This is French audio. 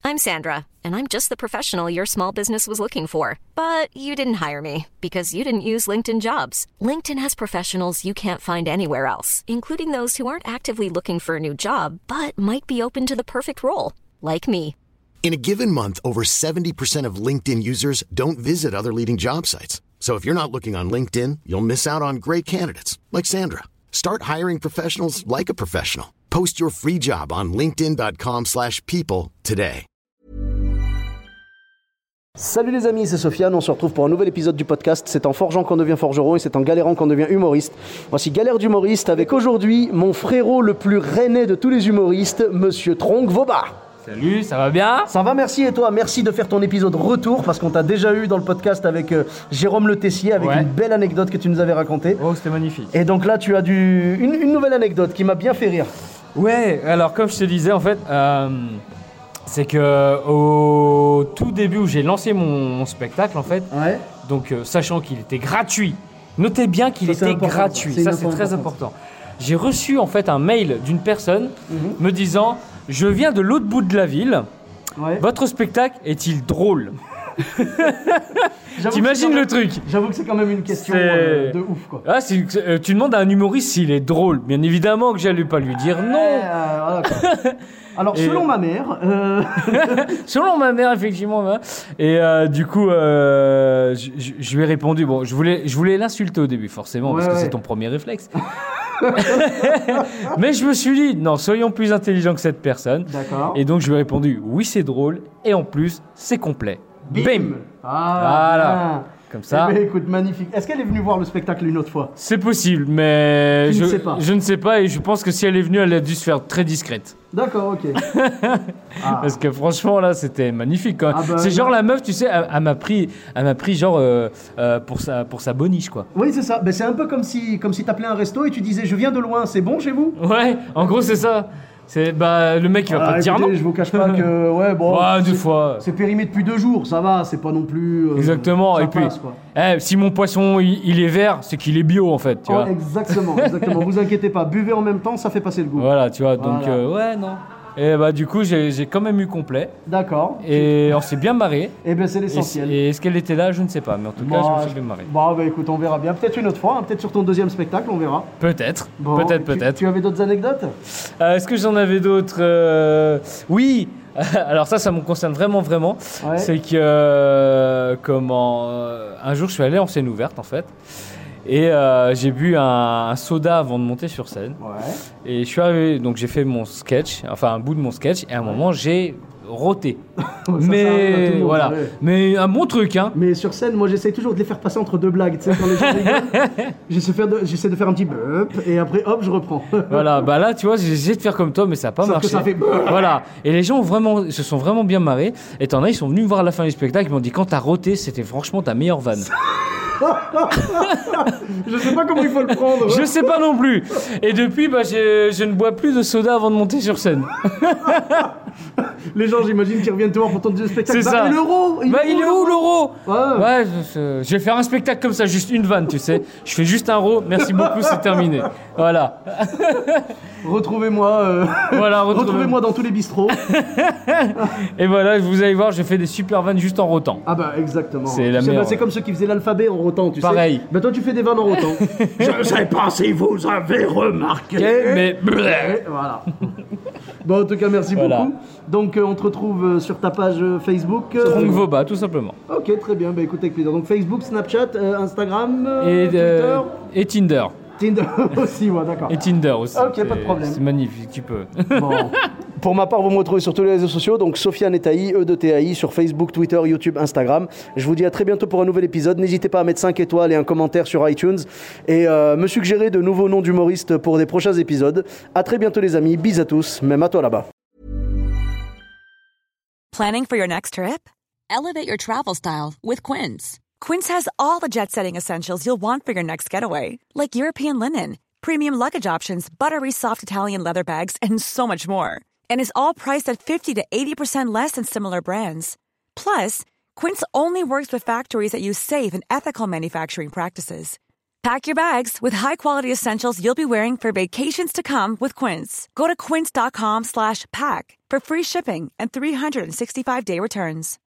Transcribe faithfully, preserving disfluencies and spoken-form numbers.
I'm Sandra, and I'm just the professional your small business was looking for. But you didn't hire me because you didn't use LinkedIn Jobs. LinkedIn has professionals you can't find anywhere else, including those who aren't actively looking for a new job, but might be open to the perfect role, like me. In a given month, over seventy percent of LinkedIn users don't visit other leading job sites. So if you're not looking on LinkedIn, you'll miss out on great candidates like Sandra. Start hiring professionals like a professional. Post your free job on linkedin.com slash people today. Salut les amis, c'est Sofiane, on se retrouve pour un nouvel épisode du podcast. C'est en forgeant qu'on devient forgeron et c'est en galérant qu'on devient humoriste. Voici Galère d'humoriste avec aujourd'hui mon frérot le plus rennais de tous les humoristes, Monsieur Tronc Voba. Salut, ça va bien ? Ça va, merci, et toi ? Merci de faire ton épisode retour parce qu'on t'a déjà eu dans le podcast avec euh, Jérôme Le Tessier avec ouais. une belle anecdote que tu nous avais racontée. Oh, c'était magnifique. Et donc là, tu as du... une, une nouvelle anecdote qui m'a bien fait rire. Ouais, alors comme je te disais, en fait, euh, c'est que au tout début où j'ai lancé mon, mon spectacle, en fait, ouais. donc euh, sachant qu'il était gratuit, notez bien qu'il ça, était important, gratuit, ça, ça c'est très important. J'ai reçu en fait un mail d'une personne mm-hmm. me disant « Je viens de l'autre bout de la ville, ouais. votre spectacle est-il drôle ?» T'imagines le truc. J'avoue que c'est quand même une question euh, de ouf quoi. Ah, c'est, euh, tu demandes à un humoriste s'il est drôle. Bien évidemment que j'allais pas lui dire non. Euh, voilà, quoi. Alors et selon ma mère, euh... selon ma mère effectivement. Hein. Et euh, du coup, euh, je, je, je lui ai répondu. Bon, je voulais, je voulais l'insulter au début forcément ouais, parce que ouais. c'est ton premier réflexe. Mais je me suis dit non, soyons plus intelligents que cette personne. D'accord. Et donc je lui ai répondu oui c'est drôle et en plus c'est complet. Bim, Bim. Ah, voilà. Bien. Comme ça. Eh ben, écoute, magnifique. Est-ce qu'elle est venue voir le spectacle une autre fois ? C'est possible, mais tu je ne sais pas. Je ne sais pas et je pense que si elle est venue, elle a dû se faire très discrète. D'accord, ok. ah. Parce que franchement là, c'était magnifique. Quand ah bah, c'est non. genre la meuf, tu sais, elle, elle m'a pris, elle m'a pris genre euh, euh, pour sa pour sa boniche quoi. Oui, c'est ça. Ben, c'est un peu comme si comme si t'appelais un resto et tu disais je viens de loin, c'est bon chez vous ? Ouais, en gros c'est ça. C'est bah le mec il va ah, pas te dire non. Je vous cache pas que ouais bon. Ouais, deux fois. C'est périmé depuis deux jours, ça va, c'est pas non plus. Euh, exactement. Et puis, passe, eh, si mon poisson il, il est vert, c'est qu'il est bio en fait, tu oh, vois. Exactement, exactement. Vous inquiétez pas, buvez en même temps, ça fait passer le goût. Voilà, tu vois. Donc voilà. euh, ouais non. Et bah du coup j'ai, j'ai quand même eu complet. D'accord. Et on s'est bien marré. Et ben c'est l'essentiel. Et, et est-ce qu'elle était là, je ne sais pas, mais en tout bon, cas je me suis bien marré. Bon bah écoute, on verra bien. Peut-être une autre fois, hein. Peut-être sur ton deuxième spectacle, on verra. Peut-être. Bon, peut-être, tu, peut-être. Tu avais d'autres anecdotes ? euh, Est-ce que j'en avais d'autres euh... Oui. Alors ça, ça me concerne vraiment, vraiment. Ouais. C'est que euh, comment euh, un jour je suis allé en scène ouverte en fait. Et euh, j'ai bu un, un soda avant de monter sur scène. Ouais. Et je suis arrivé, donc j'ai fait mon sketch, enfin un bout de mon sketch, et à un ouais. moment j'ai roté. ça, mais ça monde, voilà, ouais. mais un bon truc, hein. Mais sur scène, moi j'essaie toujours de les faire passer entre deux blagues, tu sais, quand les gens rigolent. j'essaie, faire de, j'essaie de faire un petit bup, et après hop, je reprends. Voilà, bah là, tu vois, j'ai essayé de faire comme toi, mais ça n'a pas Sauf marché. Que ça fait... Voilà, et les gens ont vraiment, se sont vraiment bien marrés. Et t'en as, ils sont venus me voir à la fin du spectacle, ils m'ont dit quand t'as roté, c'était franchement ta meilleure vanne. Je sais pas comment il faut le prendre. Je sais pas non plus. Et depuis, bah, je, je ne bois plus de soda avant de monter sur scène. Les gens, j'imagine, qui reviennent te voir pour ton deuxième spectacle. C'est bah, ça. Et l'euro il, bah, il est où l'euro Ouais, ouais je, je vais faire un spectacle comme ça, juste une vanne, tu sais. Je fais juste un euro, merci beaucoup, c'est terminé. Voilà. Retrouvez-moi. Euh... Voilà, retrouvez-moi. retrouvez-moi dans tous les bistrots. Et voilà, vous allez voir, je fais des super vannes juste en rotant. Ah bah exactement. C'est la sais, meilleure. Bah, c'est comme ceux qui faisaient l'alphabet en rotant, tu Pareil. sais. Bah toi, tu fais des vannes en rotant. Je ne sais pas si vous avez remarqué. Okay, mais Et voilà. Bon, en tout cas, merci voilà. beaucoup. Donc, euh, on te retrouve euh, sur ta page euh, Facebook. Euh... Tronc Voba, tout simplement. Ok, très bien. Bah écoute, avec plaisir. Donc, Facebook, Snapchat, euh, Instagram, et, Twitter euh, et Tinder. Tinder aussi, ouais, d'accord. Et Tinder aussi. Ok, pas de problème. C'est magnifique, tu peux. Bon. Pour ma part, vous me retrouvez sur tous les réseaux sociaux, donc Sofiane et Taï, E de T A I, sur Facebook, Twitter, YouTube, Instagram. Je vous dis à très bientôt pour un nouvel épisode. N'hésitez pas à mettre cinq étoiles et un commentaire sur iTunes et euh, me suggérer de nouveaux noms d'humoristes pour des prochains épisodes. À très bientôt les amis, bis à tous, même à toi là-bas. Planning for your next trip? Elevate your travel style with Quince. Quince has all the jet-setting essentials you'll want for your next getaway, like European linen, premium luggage options, buttery soft Italian leather bags, and so much more. And is all priced at fifty to eighty percent less than similar brands. Plus, Quince only works with factories that use safe and ethical manufacturing practices. Pack your bags with high-quality essentials you'll be wearing for vacations to come with Quince. Go to quince.com slash pack for free shipping and three sixty-five day returns.